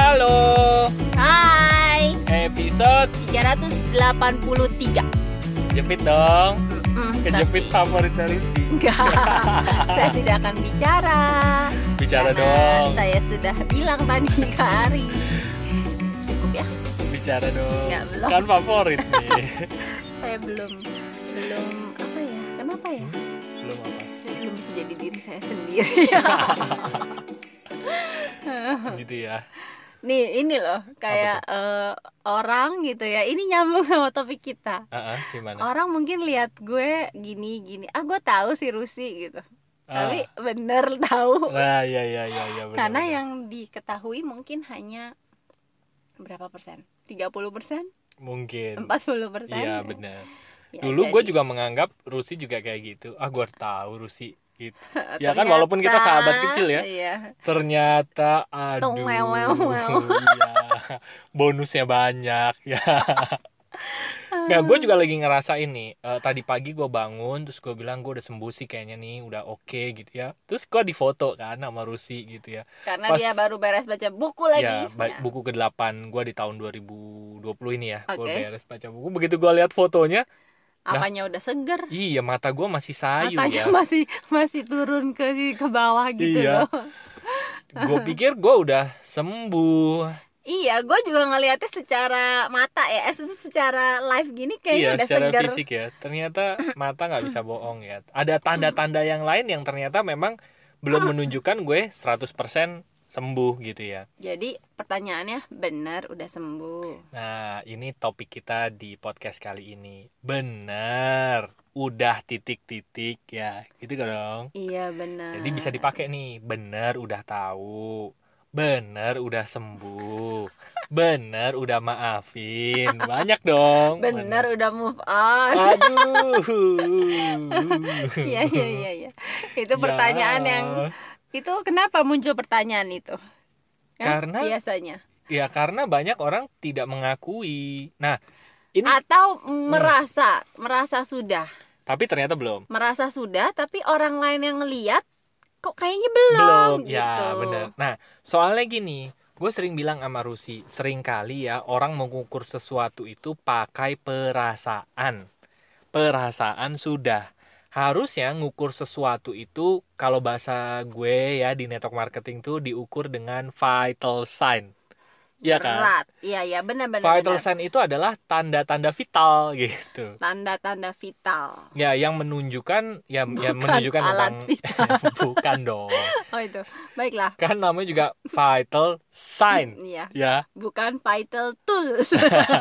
Halo, Hai, episode 383. jepit dong. Kejepit Tapi favorit dari Rusi. enggak, saya tidak akan bicara. Bicara karena dong. Saya sudah bilang tadi ke Ari. Cukup ya? Bicara dong. Nggak, belum. Kan favorit nih. Saya belum apa ya? Kenapa ya? Belum apa? Saya belum bisa jadi diri saya sendiri. Gitu ya. Nih, ini loh kayak orang gitu ya. Ini nyambung sama topik kita. Gimana? Orang mungkin lihat gue gini, gue tahu sih Rusi gitu. Ah. Tapi bener tahu. Nah, iya benar. Karena yang diketahui mungkin hanya berapa persen? 30%? Mungkin 40%? Iya benar. Ya, Dulu gue jadi- juga menganggap Rusi juga kayak gitu. Gue tahu Rusi gitu. Ya kan ternyata- walaupun kita sahabat kecil ya. Iya. Ternyata aduh. Tung, wew. Iya. Bonusnya banyak ya. Nah, gue juga lagi ngerasa ini. Tadi pagi gue bangun, terus gue bilang gue udah sembuh sih kayaknya nih, udah oke gitu ya. Terus gue difoto kan sama Rusi gitu ya. Karena Pas- dia baru beres baca buku lagi. Ya, buku ke-8 gue di tahun 2020 ini ya. Gue Oke. beres baca buku. Begitu gue lihat fotonya, Apanya udah seger. iya mata gue masih sayu Matanya ya. masih turun ke bawah gitu Iya. loh. Gue pikir gue udah sembuh. Iya, gue juga ngelihatnya secara mata ya, secara live gini kayaknya Iya, udah secara seger. fisik ya. Ternyata mata nggak bisa bohong ya. Ada tanda-tanda yang lain yang ternyata memang belum menunjukkan gue 100% sembuh gitu ya. Jadi pertanyaannya benar udah sembuh. Nah, ini topik kita di podcast kali ini. Bener, udah titik-titik ya. Gitu kan dong. Iya benar. Jadi bisa dipakai nih. Bener, udah tahu. Bener, udah sembuh. Bener, udah maafin. Banyak dong. Benar udah move on. Aduh. Iya. Itu pertanyaan yang itu kenapa muncul pertanyaan itu? Ya, Karena- biasanya Ya karena banyak orang tidak mengakui. Nah, ini atau merasa sudah, tapi ternyata belum. tapi orang lain yang ngelihat kok kayaknya belum gitu. Ya benar. Nah, soalnya gini, gue sering bilang sama Rusi, sering kali ya orang mengukur sesuatu itu pakai perasaan. Perasaan sudah. Harusnya ngukur sesuatu itu kalau bahasa gue ya di network marketing tuh diukur dengan vital sign. Iya kan? Berat. Iya, benar. Vital sign itu adalah tanda-tanda vital gitu. Tanda-tanda vital. Ya, yang menunjukkan ya Bukan menunjukkan alat tentang bukan dong. Oh itu. Baiklah. Kan namanya juga vital sign. Iya. Ya, Bukan vital tools.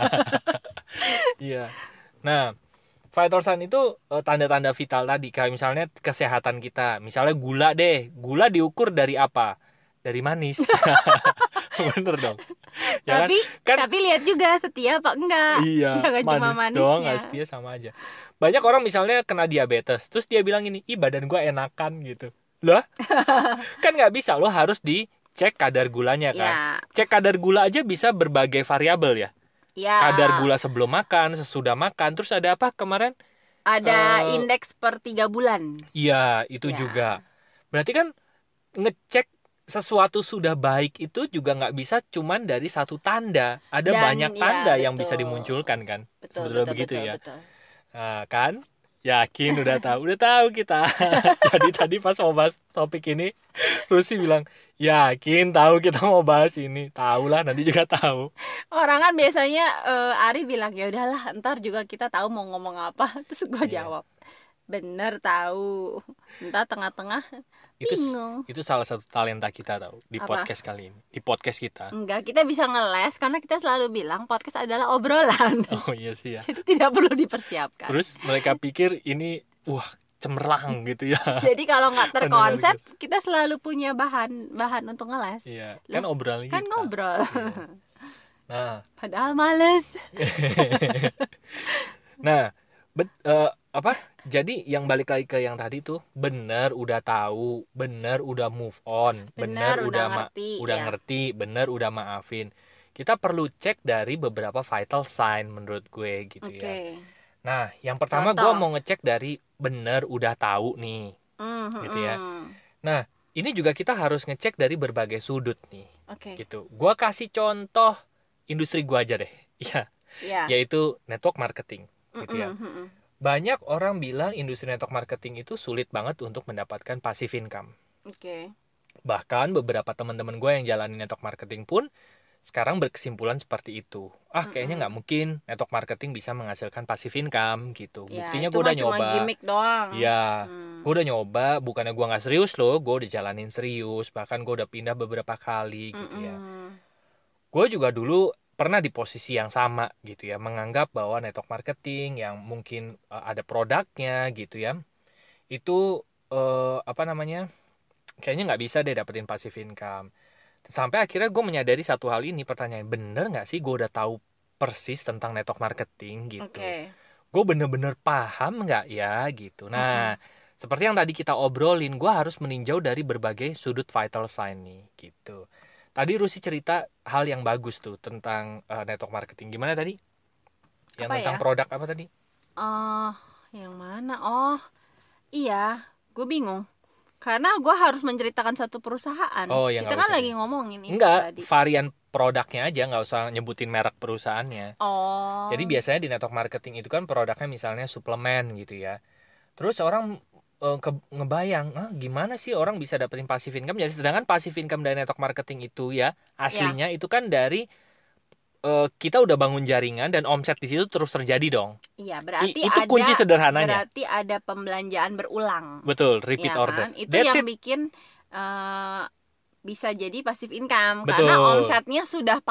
iya. Nah, vital sign itu tanda-tanda vital tadi. Kayak misalnya kesehatan kita. Misalnya gula deh. Gula diukur dari apa? Dari manis. Bener dong. Ya kan? tapi lihat juga setia apa enggak. Iya, Jangan cuma manis dong, manisnya. nggak setia sama aja. Banyak orang misalnya kena diabetes, terus dia bilang ini, ih badan gue enakan gitu. Lah, kan nggak bisa, lo harus dicek kadar gulanya kan. Ya. Cek kadar gula aja bisa berbagai variabel ya. Ya. Kadar gula sebelum makan, sesudah makan, terus ada apa kemarin? Ada indeks per 3 bulan. Iya, itu Ya. juga. Berarti kan ngecek sesuatu sudah baik itu juga nggak bisa cuman dari satu tanda. Ada Dan, banyak ya, tanda yang bisa betul. dimunculkan kan. Betul, Sebetulnya begitu ya. betul. Nah, kan? Yakin udah tahu kita. Jadi tadi pas mau bahas topik ini, Rusi bilang, yakin tahu kita mau bahas ini. Tahu lah, nanti juga tahu. Orang kan biasanya Ari bilang ya udahlah, ntar juga kita tahu mau ngomong apa. Terus gue Iya. jawab, bener tahu. Entar tengah-tengah bingung. Itu salah satu talenta kita tahu di Apa? podcast kali ini. Di podcast kita. Enggak, kita bisa ngeles karena kita selalu bilang podcast adalah obrolan. Oh iya sih ya. Jadi tidak perlu dipersiapkan. Terus mereka pikir ini wah cemerlang gitu ya. Jadi kalau nggak terkonsep, Bener kita selalu punya bahan untuk ngeles. Iya, Loh, kan obrolan Kan kita. ngobrol. Iya. Nah, Padahal males. Nah, apa? Jadi yang balik lagi ke yang tadi tuh, bener udah tahu, bener udah move on, Bener bener udah udah ngerti, ya. ngerti, bener udah maafin. Kita perlu cek dari beberapa vital sign menurut gue gitu Oke. ya. Nah, yang pertama Contoh. gue mau ngecek dari bener udah tahu nih. Gitu ya. Nah, ini juga kita harus ngecek dari berbagai sudut nih. Oke. gitu. Gua kasih contoh industri gua aja deh. Ya, Ya. yaitu network marketing gitu ya. Mm-mm, mm-mm. Banyak orang bilang industri network marketing itu sulit banget untuk mendapatkan passive income. Oke. Bahkan beberapa teman-teman gue yang jalani network marketing pun sekarang berkesimpulan seperti itu. Kayaknya nggak Mm-mm. mungkin network marketing bisa menghasilkan passive income gitu. Ya, Buktinya itu gue mah udah cuma nyoba. gimmick doang. Ya, Hmm. gue udah nyoba. Bukannya gue nggak serius loh, gue udah jalanin serius. Bahkan gue udah pindah beberapa kali gitu ya. Mm-mm. Gue juga dulu pernah di posisi yang sama gitu ya, menganggap bahwa network marketing yang mungkin ada produknya gitu ya, itu apa namanya, kayaknya nggak bisa deh dapetin passive income. Sampai akhirnya gue menyadari satu hal ini, pertanyaan, bener nggak sih gue udah tahu persis tentang network marketing gitu, Oke. gue bener-bener paham nggak ya gitu. Mm-mm. Nah, seperti yang tadi kita obrolin, gue harus meninjau dari berbagai sudut vital sign nih gitu. Tadi Rusi cerita hal yang bagus tuh tentang network marketing. Gimana tadi? Yang Apa tentang ya? produk apa tadi? Oh, yang mana? Oh, iya. Gue bingung. Karena gue harus menceritakan satu perusahaan. Oh ya Kita nggak kan usah lagi deh. ngomongin itu Enggak, tadi. varian produknya aja, nggak usah nyebutin merek perusahaannya. Jadi Oh, biasanya di network marketing itu kan produknya misalnya suplemen gitu ya. Terus orang ngebayang, gimana sih orang bisa dapetin passive income? Jadi sedangkan passive income dari network marketing itu ya ya. aslinya itu kan dari kita udah bangun jaringan dan omset di situ terus terjadi dong. Iya, berarti Itu kunci sederhananya. berarti ada pembelanjaan berulang. Betul, repeat Ya order. kan? Itu That's yang it. bikin bisa jadi passive income karena Betul. omsetnya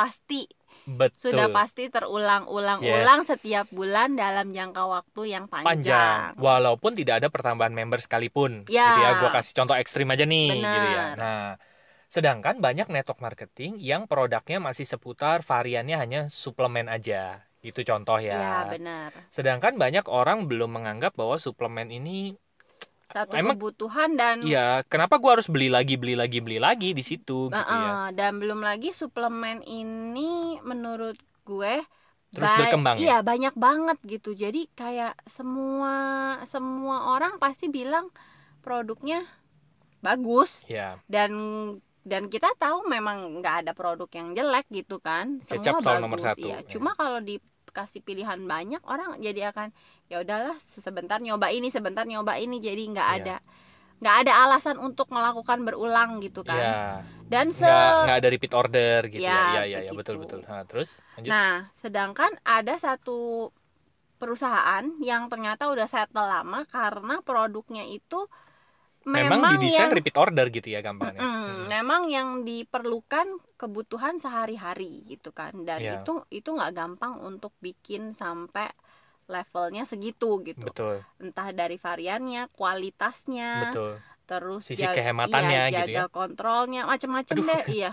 sudah Betul. pasti terulang-ulang-ulang Yes. setiap bulan dalam jangka waktu yang Panjang. panjang. Walaupun tidak ada pertambahan member sekalipun. Ya, Gitu ya, gua kasih contoh ekstrim aja nih gitu ya. benar. Nah, sedangkan banyak network marketing yang produknya masih seputar variannya hanya suplemen aja. Itu contoh Ya, ya. benar. Sedangkan banyak orang belum menganggap bahwa suplemen ini Satu emang kebutuhan dan iya, kenapa gua harus beli lagi di situ gitu ya. dan belum lagi suplemen ini menurut gue Terus berkembang ya. iya banyak banget gitu. Jadi kayak semua semua orang pasti bilang produknya bagus Ya, dan kita tahu memang nggak ada produk yang jelek gitu kan, kecap semua selalu nomor bagus. satu. Iya, Ya. cuma kalau dikasih pilihan banyak orang jadi akan ya udahlah sebentar nyoba ini jadi Iya. nggak ada alasan untuk melakukan berulang gitu kan. Iya. Dan Nggak ada repeat order gitu ya. ya Iya, begitu. betul. Nah, terus lanjut. Nah, sedangkan ada satu perusahaan yang ternyata udah settle lama karena produknya itu Memang memang didesain yang repeat order gitu ya gampangnya. memang yang diperlukan kebutuhan sehari-hari gitu kan. Dan Iya. itu nggak gampang untuk bikin sampai levelnya segitu gitu. Betul. Entah dari variannya, kualitasnya, Betul. terus Sisi kehematannya jaga gitu ya. kontrolnya macem-macem deh. Iya.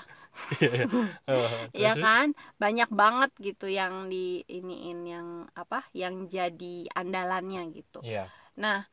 Iya Terus? kan, banyak banget gitu yang di iniin yang apa yang jadi andalannya gitu. Iya. Nah,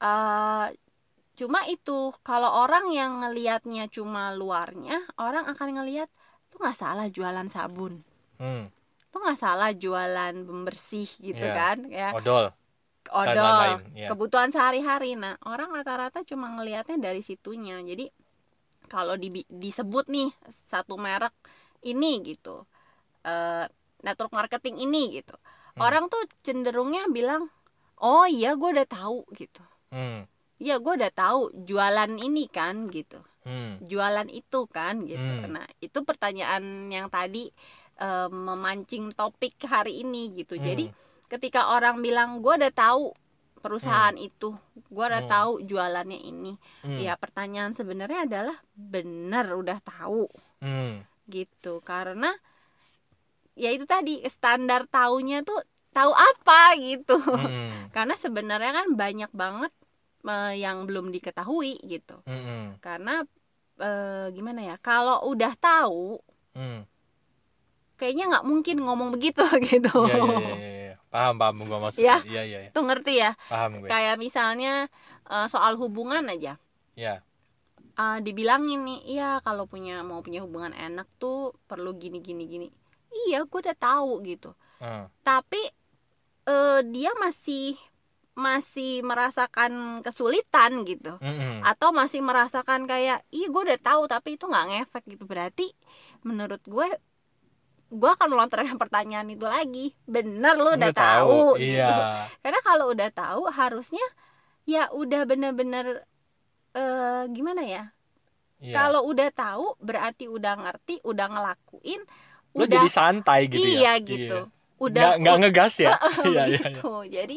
cuma itu kalau orang yang ngelihatnya cuma luarnya, orang akan ngelihat lu nggak salah jualan sabun, lu nggak salah jualan pembersih gitu Iya. kan, ya Odol. odol, lain-lain, ya. kebutuhan sehari-hari. Nah, orang rata-rata cuma ngelihatnya dari situnya. Jadi kalau disebut nih satu merek ini gitu, network marketing ini gitu, orang tuh cenderungnya bilang, oh iya gue udah tahu gitu, iya gue udah tahu jualan ini kan gitu, jualan itu kan gitu. Nah itu pertanyaan yang tadi memancing topik hari ini gitu. Jadi ketika orang bilang gue udah tahu perusahaan itu, gue udah tahu jualannya ini, ya pertanyaan sebenarnya adalah benar udah tahu gitu. Karena ya itu tadi standar taunya tuh tahu apa gitu. Karena sebenarnya kan banyak banget yang belum diketahui gitu. Karena gimana ya, kalau udah tahu kayaknya nggak mungkin ngomong begitu gitu. Iya. Paham gue maksudnya. Iya. Tuh ngerti ya? Paham gue. Kayak misalnya soal hubungan aja. Iya. Dibilangin nih, iya kalau mau punya hubungan enak tuh perlu gini. Iya, gue udah tahu gitu. Tapi dia masih merasakan kesulitan gitu, atau masih merasakan kayak gue udah tahu tapi itu nggak ngefek gitu. Berarti menurut gue akan melontarkan pertanyaan itu lagi. Bener lu udah tahu gitu. Iya. Karena kalau udah tahu harusnya ya udah bener-bener gimana ya? Iya. Kalau udah tahu berarti udah ngerti, udah ngelakuin, Lo udah jadi santai gitu ya. iya gitu. Udah nggak ngegas ya. Iya, iya, iya. begitu. Jadi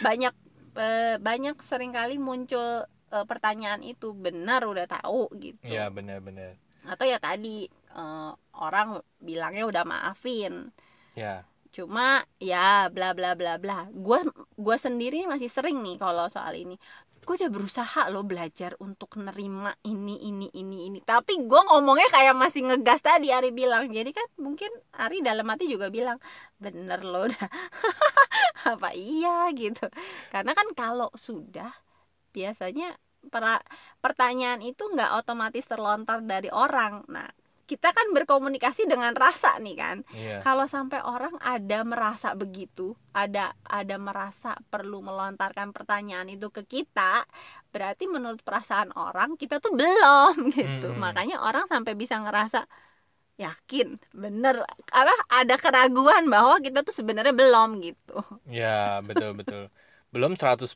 banyak seringkali muncul pertanyaan itu, benar udah tahu gitu. Iya, benar-benar. Atau ya tadi orang bilangnya udah maafin. Ya. Cuma ya bla bla bla bla. Gue sendiri masih sering nih kalau soal ini. Gue udah berusaha loh belajar untuk nerima ini. Tapi gue ngomongnya kayak masih ngegas tadi Ari bilang. Jadi kan mungkin Ari dalam hati juga bilang, bener loh udah. Apa iya gitu. Karena kan kalau sudah, biasanya pertanyaan itu nggak otomatis terlontar dari orang. Nah, kita kan berkomunikasi dengan rasa nih kan. Iya. Kalau sampai orang ada merasa begitu, ada merasa perlu melontarkan pertanyaan itu ke kita, berarti menurut perasaan orang kita tuh belum gitu. Makanya orang sampai bisa ngerasa yakin, bener ada keraguan bahwa kita tuh sebenarnya belum gitu. Ya, betul. Belum 100%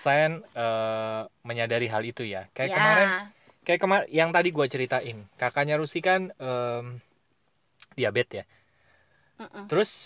menyadari hal itu ya. Kayak kemarin yang tadi gue ceritain, kakaknya Rusi kan diabetes ya. Terus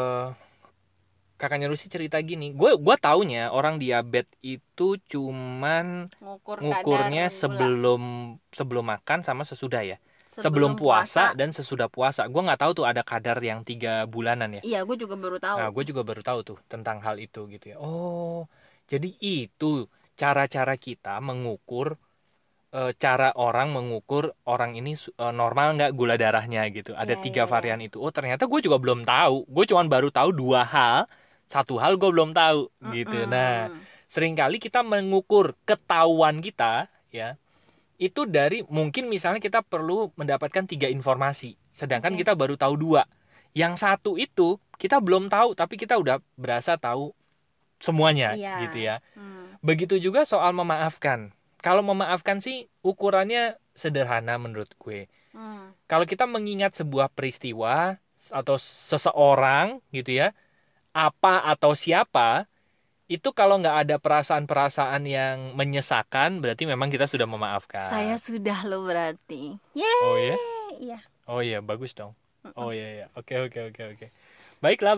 kakaknya Rusi cerita gini, gue taunya orang diabetes itu cuman ngukurnya sebelum makan sama sesudah ya. Sebelum puasa dan sesudah puasa. Gue nggak tahu tuh ada kadar yang 3 bulanan ya. Iya, gue juga baru tahu. Nah, gue juga baru tahu tuh tentang hal itu gitu ya. Oh, jadi itu cara-cara kita mengukur, cara orang mengukur orang ini normal nggak gula darahnya gitu. Ada 3 varian itu. Oh, ternyata gue juga belum tahu. Gue cuma baru tahu 2 hal. Satu hal gue belum tahu gitu. Nah, seringkali kita mengukur ketahuan kita ya. Itu dari mungkin misalnya kita perlu mendapatkan 3 informasi. Sedangkan kita baru tahu 2. Yang satu itu kita belum tahu tapi kita udah berasa tahu semuanya gitu ya. Begitu juga soal memaafkan. Kalau memaafkan sih ukurannya sederhana menurut gue. Kalau kita mengingat sebuah peristiwa atau seseorang gitu ya, apa atau siapa, itu kalau nggak ada perasaan-perasaan yang menyesakan berarti memang kita sudah memaafkan. Saya sudah loh berarti. Yeay. Oh ya? Iya. Oh iya, bagus dong. Oh iya. Oke. Baiklah.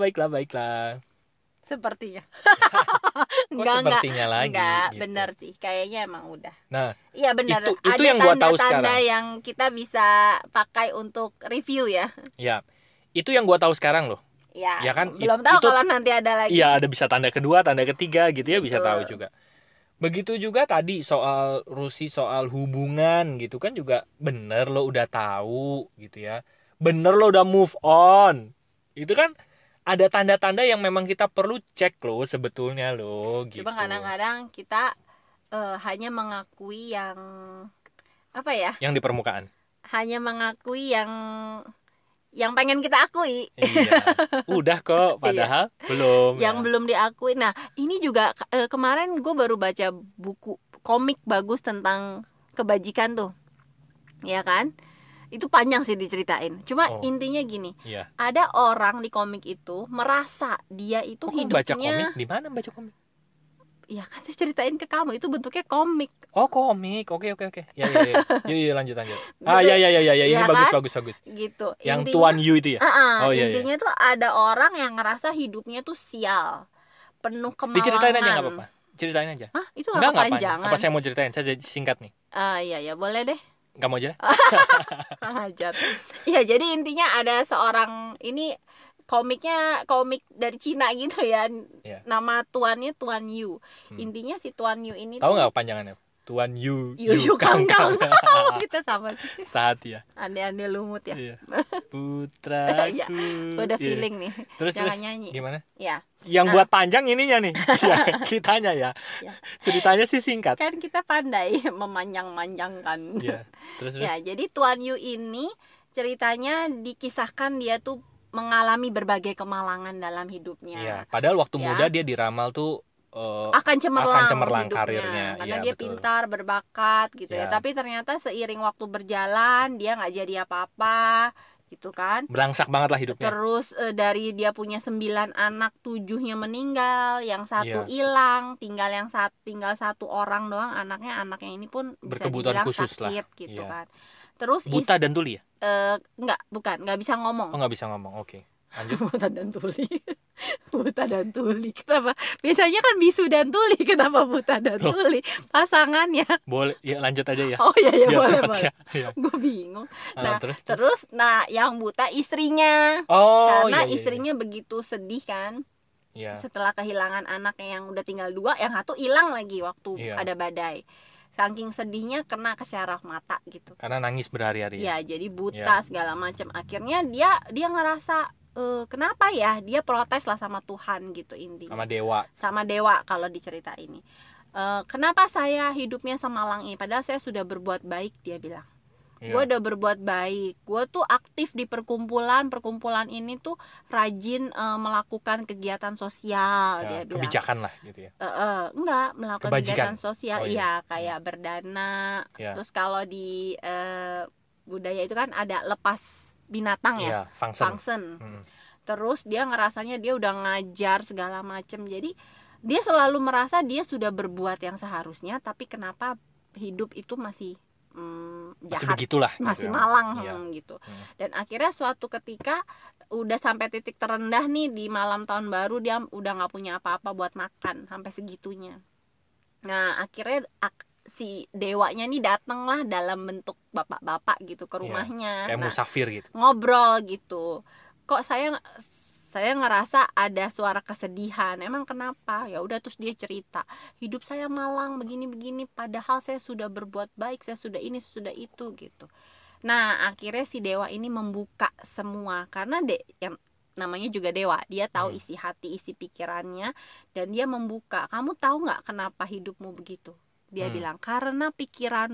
Sepertinya. Sepertinya lagi. Enggak, gitu. Benar sih. Kayaknya emang udah. Nah, iya benar. Itu ada yang gua tahu sekarang. Tanda-tanda yang kita bisa pakai untuk review ya. Ya. Itu yang gua tahu sekarang loh. Ya kan? Belum tahu kalau nanti ada lagi. Iya, ada bisa tanda kedua, tanda ketiga gitu ya, bisa tahu juga. Begitu juga tadi soal Rusi, soal hubungan gitu kan juga bener lo udah tahu gitu ya. Bener lo udah move on. Itu kan ada tanda-tanda yang memang kita perlu cek lo sebetulnya lo gitu. Cuma kadang-kadang kita hanya mengakui yang apa ya? Yang di permukaan. Hanya mengakui yang pengen kita akui. Iya. Udah kok, padahal belum. Yang belum diakui. Nah, ini juga kemarin gue baru baca buku komik bagus tentang kebajikan tuh. Ya kan? Itu panjang sih diceritain. Cuma intinya gini. Iya. Ada orang di komik itu merasa dia itu hidupnya. Baca komik? Di mana baca komik? Ya kan saya ceritain ke kamu, itu bentuknya komik. Oh, komik. Oke. Ya. Yuk, lanjut. Ya. Ini kan? bagus. Gitu. Yang Tuan Yu itu ya? Intinya tuh ada orang yang ngerasa hidupnya tuh sial, penuh kemalangan. Diceritain aja nggak apa-apa. Ceritain aja. Hah? Itu nggak kepanjangan. Apa saya mau ceritain? Saya singkat nih. Iya, boleh deh. Nggak mau aja? Hajar. Iya, jadi intinya ada seorang ini komik dari Cina gitu ya. Yeah. Nama tuannya Tuan Yu. Intinya si Tuan Yu ini tahu nggak panjangannya? Tuan Yu Kang. Kita sama sih. Saat ya. Aneh-aneh lumut ya. Iya. Putraku. Ya, udah feeling nih. Terus nyanyi. Gimana? Ya. Yang buat panjang ininya nih. Kitanya ya. Ceritanya sih singkat. Kan kita pandai memanjang-manjangkan. Iya. Terus. Ya, jadi Tuan Yu ini ceritanya dikisahkan dia tuh mengalami berbagai kemalangan dalam hidupnya. Iya, padahal waktu muda dia diramal tuh akan cemerlang karirnya. Karena dia betul. Pintar, berbakat gitu ya. Tapi ternyata seiring waktu berjalan dia nggak jadi apa-apa. gitu kan. Berangsak banget lah hidupnya. Terus dari dia punya 9 anak, 7-nya meninggal, yang satu Iya. hilang, tinggal satu orang doang anaknya ini pun bisa Berkebutuhan dibilang khusus lah. sakit gitu Iya. kan. Terus Buta dan tuli ya? nggak bisa ngomong. Oh, nggak bisa ngomong. Oke. Lanjut. Buta dan tuli. Buta dan tuli. Kenapa? Biasanya kan bisu dan tuli. Kenapa buta dan tuli? Pasangannya. Boleh, ya lanjut aja ya. Oh iya Biar boleh cepet boleh. ya. Iya. Gue bingung. Nah, terus. yang buta istrinya. Oh, Karena iya. istrinya begitu sedih kan. Iya. Setelah kehilangan anaknya yang udah tinggal 2, yang satu hilang lagi waktu ada badai. Saking sedihnya kena ke syaraf mata gitu. Karena nangis berhari-hari. Ya, jadi buta segala macam. Akhirnya dia ngerasa kenapa ya, dia protes lah sama Tuhan gitu intinya. Sama dewa kalau di cerita ini. Kenapa saya hidupnya semalang ini, padahal saya sudah berbuat baik, dia bilang. Gue udah berbuat baik, gue tuh aktif di perkumpulan ini tuh rajin melakukan kegiatan sosial, dia bilang. Kebijakan lah gitu ya. Enggak, melakukan kegiatan sosial. Iya, kayak berdana. Terus kalau di budaya itu kan ada lepas binatang ya, function. Terus dia ngerasanya dia udah ngajar segala macem. Jadi dia selalu merasa dia sudah berbuat yang seharusnya, tapi kenapa hidup itu masih jahat, masih begitulah, masih gitu malang gitu. Dan akhirnya suatu ketika udah sampai titik terendah nih di malam tahun baru, dia udah nggak punya apa-apa buat makan sampai segitunya. Nah akhirnya si dewanya nih datang lah dalam bentuk bapak-bapak gitu ke rumahnya. Kayak musafir gitu. Ngobrol gitu. Kok saya ngerasa ada suara kesedihan. Emang kenapa? Ya udah, terus dia cerita. Hidup saya malang begini-begini, padahal saya sudah berbuat baik, saya sudah ini, sudah itu gitu. Nah, akhirnya si dewa ini membuka semua, karena yang namanya juga dewa, dia tahu isi hati, isi pikirannya, dan dia membuka. Kamu tahu nggak kenapa hidupmu begitu? Dia bilang, karena pikiran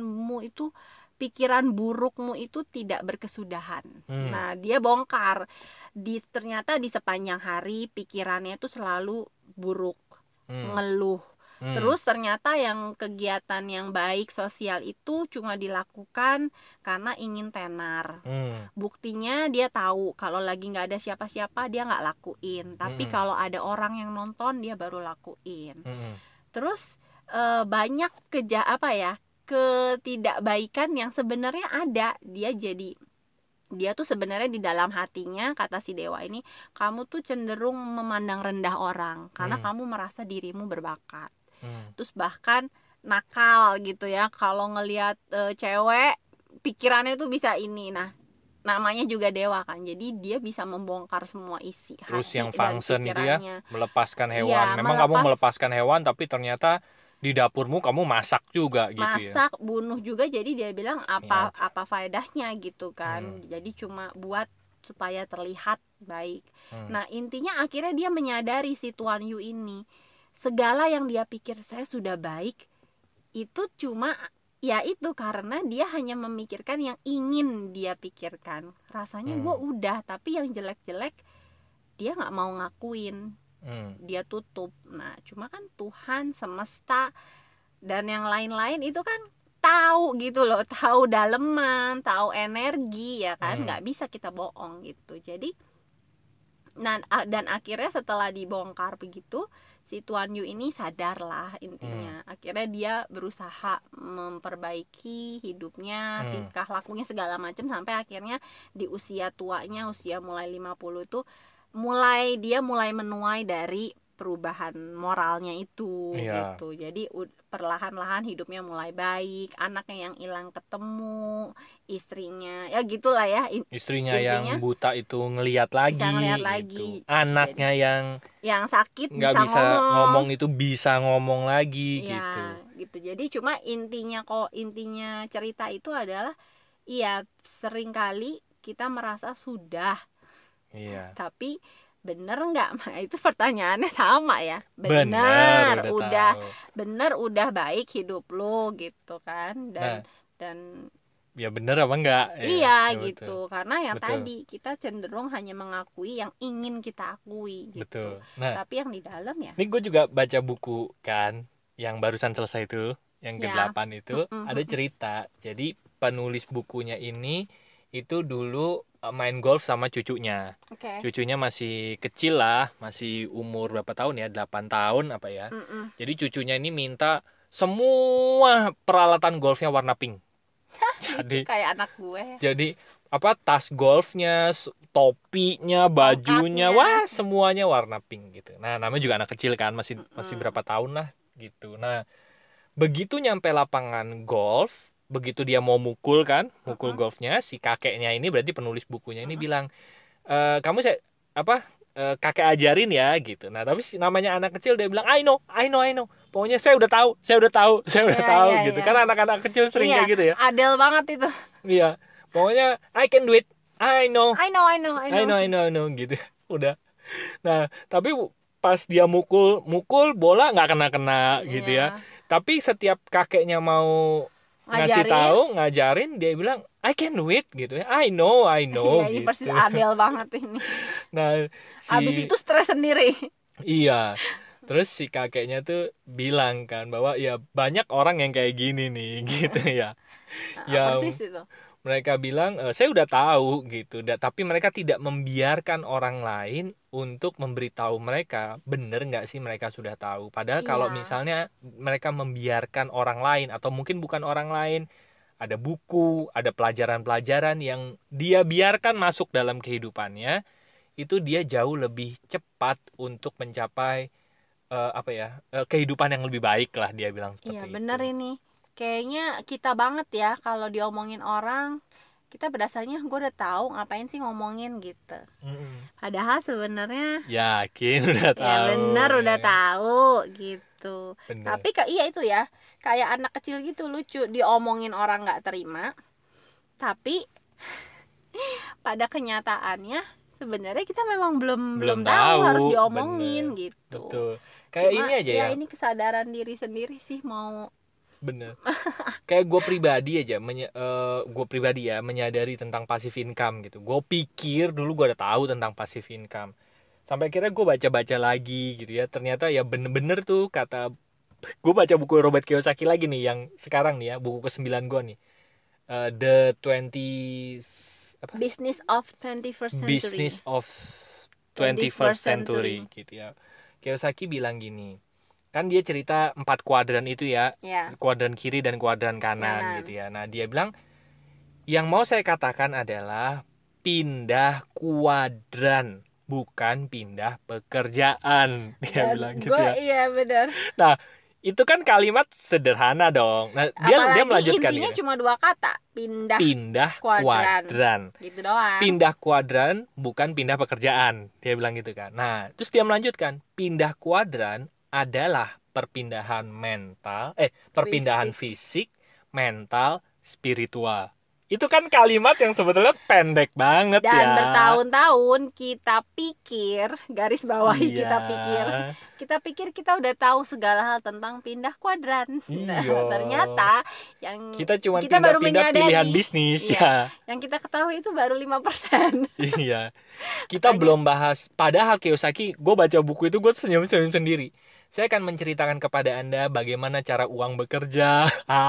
burukmu itu tidak berkesudahan. Nah, dia bongkar. Ternyata di sepanjang hari pikirannya itu selalu buruk, ngeluh. Terus ternyata yang kegiatan yang baik sosial itu cuma dilakukan karena ingin tenar. Buktinya dia tahu kalau lagi nggak ada siapa-siapa dia nggak lakuin. Tapi kalau ada orang yang nonton dia baru lakuin. Terus banyak ketidakbaikan yang sebenarnya ada. Dia tuh sebenarnya di dalam hatinya, kata si dewa ini, kamu tuh cenderung memandang rendah orang karena kamu merasa dirimu berbakat. Terus bahkan nakal gitu ya, kalau ngelihat cewek pikirannya tuh bisa ini. Nah, namanya juga dewa kan, jadi dia bisa membongkar semua isi hati. Terus yang function itu ya, melepaskan hewan. Ya, memang kamu melepaskan hewan, tapi ternyata di dapurmu kamu masak juga gitu masak, bunuh juga. Jadi dia bilang apa faedahnya gitu kan. Jadi cuma buat supaya terlihat baik. Nah intinya akhirnya dia menyadari si Tuan Yu ini, segala yang dia pikir saya sudah baik itu cuma ya itu karena dia hanya memikirkan yang ingin dia pikirkan. Rasanya gue udah, tapi yang jelek-jelek dia nggak mau ngakuin. Dia tutup. Nah cuma kan Tuhan, semesta, dan yang lain-lain itu kan tahu gitu loh, tahu daleman, tahu energi ya kan, nggak bisa kita bohong gitu. Jadi dan akhirnya setelah dibongkar begitu, si Tuan Yu ini sadar lah intinya. Akhirnya dia berusaha memperbaiki hidupnya, tingkah lakunya segala macam, sampai akhirnya di usia tuanya, usia mulai 50 itu dia mulai menuai dari perubahan moralnya itu gitu. Jadi perlahan-lahan hidupnya mulai baik, anaknya yang hilang ketemu, istrinya ya gitulah ya. Istrinya yang buta itu ngelihat lagi, gitu. Anaknya yang sakit nggak bisa ngomong itu bisa ngomong lagi gitu. Jadi cuma intinya cerita itu adalah seringkali kita merasa sudah. Tapi bener nggak? Nah, itu pertanyaannya sama ya. Bener udah baik hidup lo gitu kan. Dan ya bener apa enggak? Iya gitu. Betul. Karena yang tadi kita cenderung hanya mengakui yang ingin kita akui gitu. Nah, tapi yang di dalam ya. Ini gue juga baca buku kan yang barusan selesai itu, yang ke-8 itu ada cerita. Jadi penulis bukunya ini itu dulu main golf sama cucunya. Oke. Cucunya masih kecil lah, masih umur berapa tahun ya? 8 tahun apa ya. Jadi cucunya ini minta semua peralatan golfnya warna pink. Jadi kayak anak gue. Jadi apa, tas golfnya, topinya, bajunya, Tongkatnya. wah semuanya warna pink gitu. Nah, namanya juga anak kecil kan, masih berapa tahun lah gitu. Nah, begitu nyampe lapangan golf, begitu dia mau mukul golfnya, si kakeknya ini berarti penulis bukunya ini bilang, kamu kakek ajarin ya gitu. Nah, tapi namanya anak kecil dia bilang I know. Pokoknya saya udah tahu gitu. Iya. Kan anak-anak kecil sering kayak gitu ya. Adel banget itu. Iya. Pokoknya I can do it. I know gitu. Udah. Nah, tapi pas dia mukul bola nggak kena gitu ya. Tapi setiap kakeknya mau ngajarin dia bilang I can do it gitu ya. I know Iya, ini gitu. persis Adel banget ini. Nah, abis itu stres sendiri. Iya. Terus si kakeknya tuh bilang kan bahwa ya banyak orang yang kayak gini nih gitu ya. Persis itu. Mereka bilang saya udah tahu gitu, tapi mereka tidak membiarkan orang lain untuk memberitahu mereka bener nggak sih mereka sudah tahu. Padahal kalau misalnya mereka membiarkan orang lain, atau mungkin bukan orang lain, ada buku, ada pelajaran-pelajaran yang dia biarkan masuk dalam kehidupannya, itu dia jauh lebih cepat untuk mencapai kehidupan yang lebih baik lah, dia bilang seperti itu. Iya bener ini. Kayaknya kita banget ya kalau diomongin orang, kita berdasarnya gue udah tahu ngapain sih ngomongin gitu. Padahal sebenarnya yakin udah tahu. Ya bener udah tahu gitu. Bener. Tapi iya itu ya, kayak anak kecil gitu, lucu, diomongin orang nggak terima. Tapi pada kenyataannya sebenarnya kita memang belum tahu harus diomongin. Bener. Gitu. Betul. Kayak cuma, ini aja ya. Ini kesadaran diri sendiri sih mau. Bener. Kayak gue pribadi aja, menyadari tentang passive income gitu. Gue pikir dulu gue udah tahu tentang passive income. Sampai akhirnya gue baca-baca lagi gitu ya. Ternyata ya bener-bener tuh kata, gue baca buku Robert Kiyosaki lagi nih yang sekarang nih ya, buku ke-9 gue nih. Business of 21st Century. Business of 21st Century gitu ya. Kiyosaki bilang gini, kan dia cerita 4 kuadran itu ya, kuadran kiri dan kuadran kanan gitu ya. Nah dia bilang, yang mau saya katakan adalah pindah kuadran, bukan pindah pekerjaan. Dia bilang gitu ya. Iya benar. Nah itu kan kalimat sederhana dong. Nah dia melanjutkan intinya cuma 2 kata, pindah kuadran. Gitu doang. Pindah kuadran bukan pindah pekerjaan, dia bilang gitu kan. Nah terus dia melanjutkan, pindah kuadran adalah perpindahan fisik, mental, spiritual. Itu kan kalimat yang sebetulnya pendek banget dan ya. Dan bertahun-tahun kita pikir, garis bawahi kita pikir kita udah tahu segala hal tentang pindah kuadran. Nah, ternyata yang kita cuma pindah-pindah pilihan bisnis ya. Yang kita ketahui itu baru 5%. Iya. Kita belum bahas. Padahal Kiyosaki, gue baca buku itu gue senyum-senyum sendiri. Saya akan menceritakan kepada Anda bagaimana cara uang bekerja.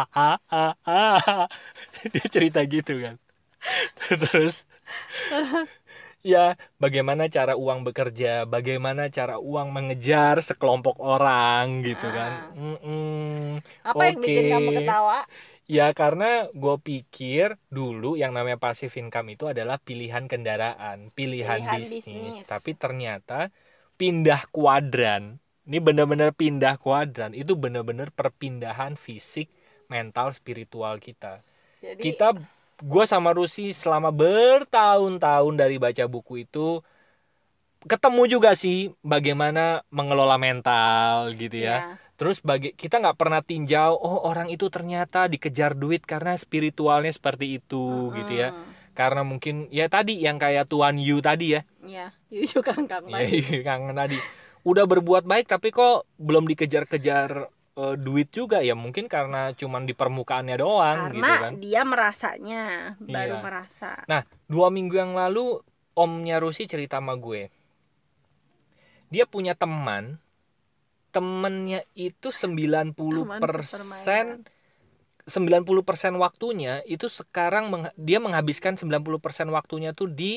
Dia cerita gitu kan. Terus ya, bagaimana cara uang bekerja, bagaimana cara uang mengejar sekelompok orang gitu kan. Apa yang bikin kamu ketawa? Ya karena gue pikir dulu yang namanya passive income itu adalah pilihan kendaraan, pilihan bisnis. Tapi ternyata pindah kuadran, ini benar-benar pindah kuadran, itu benar-benar perpindahan fisik, mental, spiritual kita. Jadi, gue sama Rusi selama bertahun-tahun dari baca buku itu ketemu juga sih bagaimana mengelola mental gitu ya. Terus kita nggak pernah tinjau, orang itu ternyata dikejar duit karena spiritualnya seperti itu gitu ya. Karena mungkin ya tadi yang kayak Tuan Yu tadi ya. Iya, Yu Kangkang tadi. Udah berbuat baik tapi kok belum dikejar-kejar duit juga ya, mungkin karena cuman di permukaannya doang karena gitu kan. Karena dia merasanya, baru merasa. Nah, 2 minggu yang lalu omnya Rusi cerita sama gue. Dia punya temennya itu 90% 90% waktunya itu sekarang dia menghabiskan 90% waktunya tuh di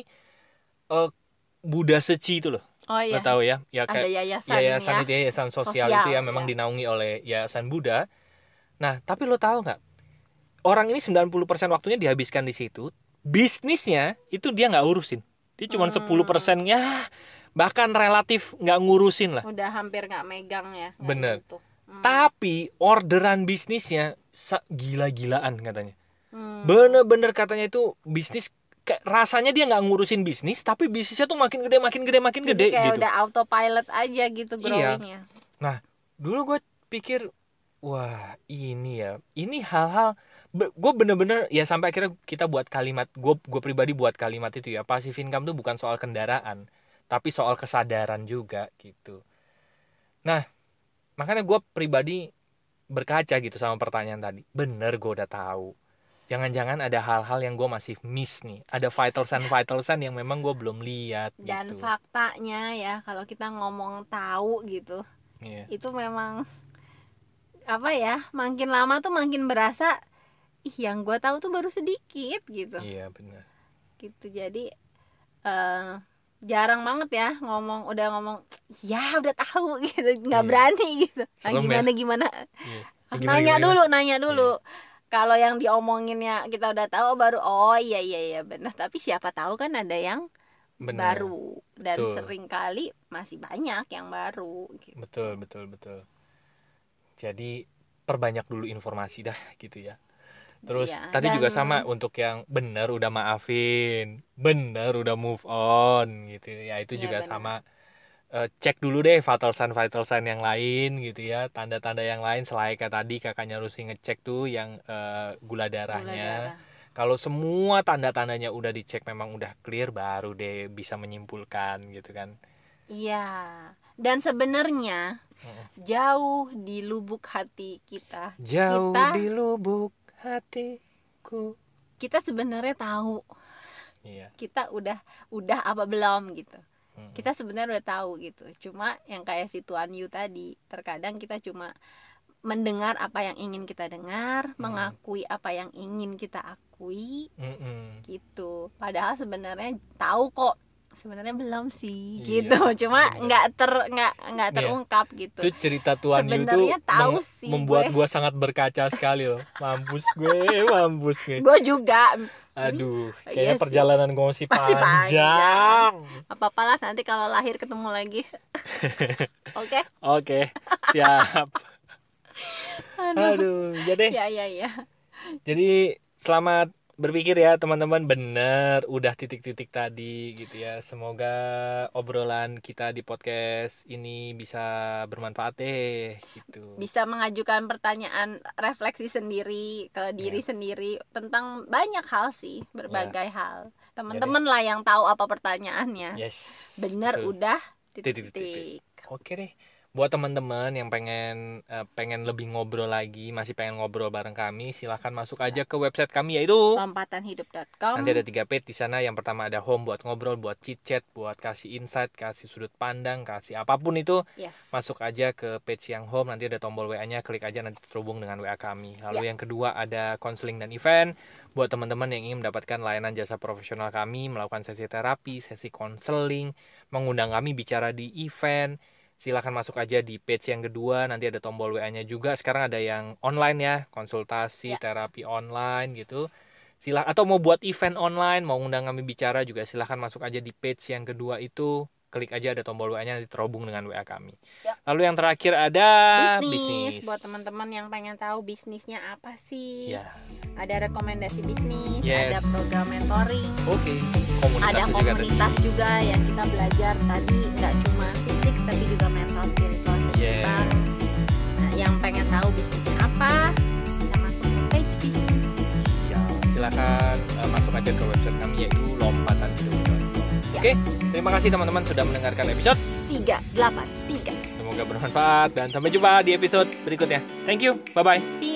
Buddha Seci itu loh. Oh Lo iya. tahu ya? Ya Ada kayak yayasan ya. itu yayasan sosial itu ya memang dinaungi oleh Yayasan Buddha. Nah, tapi lo tahu nggak? Orang ini 90% waktunya dihabiskan di situ. Bisnisnya itu dia nggak urusin. Dia cuma 10% ya, bahkan relatif nggak ngurusin lah. Udah hampir nggak megang ya. Bener. Tapi orderan bisnisnya gila-gilaan katanya. Bener-bener katanya itu bisnis kayak rasanya dia nggak ngurusin bisnis, tapi bisnisnya tuh makin gede Jadi kayak gitu. udah autopilot aja gitu growingnya. Nah, dulu gue pikir, wah ini hal-hal gue bener-bener ya sampai akhirnya kita buat kalimat, gue pribadi buat kalimat itu ya, passive income tuh bukan soal kendaraan, tapi soal kesadaran juga gitu. Nah, makanya gue pribadi berkaca gitu sama pertanyaan tadi. Bener, gue udah tahu. Jangan-jangan ada hal-hal yang gue masih miss nih. Ada vital sign yang memang gue belum lihat. Dan gitu. faktanya ya, kalau kita ngomong tahu gitu, itu memang apa ya? Makin lama tuh makin berasa, yang gue tahu tuh baru sedikit gitu. Iya benar. Gitu, jadi jarang banget ya udah ngomong ya udah tahu gitu, nggak berani gitu. Nah, gimana nanya dulu. Kalau yang diomonginnya kita udah tahu baru iya benar, tapi siapa tahu kan ada yang baru dan sering kali masih banyak yang baru gitu. Betul. Jadi perbanyak dulu informasi dah gitu ya. Terus tadi juga sama untuk yang benar udah maafin, benar udah move on gitu ya, itu juga bener. Sama cek dulu deh vital sign yang lain gitu ya, tanda-tanda yang lain selain kayak tadi kakaknya Rusi ngecek tuh yang gula darahnya. Kalau semua tanda-tandanya udah dicek memang udah clear, baru deh bisa menyimpulkan gitu kan. Iya. Dan sebenarnya jauh di lubuk hati kita. Di lubuk hatiku. Kita sebenarnya tahu. Iya. Kita udah apa belum gitu. Kita sebenarnya udah tahu gitu. Cuma yang kayak si Tuan Yu tadi, terkadang kita cuma mendengar apa yang ingin kita dengar, mengakui apa yang ingin kita akui, gitu. Padahal sebenarnya tahu kok, sebenarnya belum sih, gitu. Cuma nggak terungkap gitu. Itu cerita Tuan Yu tuh membuat gue sangat berkaca sekali loh. Mampus gue. Gue juga. Aduh, kayaknya perjalanan gue masih panjang. Apa-apalah, nanti kalau lahir ketemu lagi. Oke, siap. Aduh, jadi. Ya. Jadi selamat berpikir ya teman-teman, bener udah titik-titik tadi gitu ya. Semoga obrolan kita di podcast ini bisa bermanfaat deh gitu. Bisa mengajukan pertanyaan refleksi sendiri ke diri sendiri tentang banyak hal sih, berbagai hal. Teman-teman lah yang tahu apa pertanyaannya. Bener betul. Udah titik-titik. Oke deh. Buat teman-teman yang pengen lebih ngobrol lagi, masih pengen ngobrol bareng kami, silahkan masuk aja ke website kami, yaitu lompatanhidup.com. Nanti ada 3 page di sana. Yang pertama ada home buat ngobrol, buat chit chat, buat kasih insight, kasih sudut pandang, kasih apapun itu. Masuk aja ke page yang home, nanti ada tombol WA-nya, klik aja nanti terhubung dengan WA kami. Lalu yang kedua ada konseling dan event. Buat teman-teman yang ingin mendapatkan layanan jasa profesional kami, melakukan sesi terapi, sesi konseling, mengundang kami bicara di event, silakan masuk aja di page yang kedua, nanti ada tombol WA-nya juga. Sekarang ada yang online ya, konsultasi, terapi online gitu. Atau mau buat event online, mau undang kami bicara juga silahkan masuk aja di page yang kedua itu, klik aja ada tombol WA-nya, nanti terhubung dengan WA kami. Lalu yang terakhir ada bisnis. Buat teman-teman yang pengen tahu bisnisnya apa sih, ada rekomendasi bisnis, ada program mentoring, ada komunitas juga yang kita belajar tadi, nggak cuma fisik tapi juga mental, spiritual sekitar. Nah, yang pengen tahu bisnisnya apa bisa masuk ke page bisnis. Silakan masuk aja ke website kami, yaitu lompatanhidup.com. Oke, terima kasih teman-teman sudah mendengarkan episode 383. Semoga bermanfaat dan sampai jumpa di episode berikutnya. Thank you, bye-bye. See you.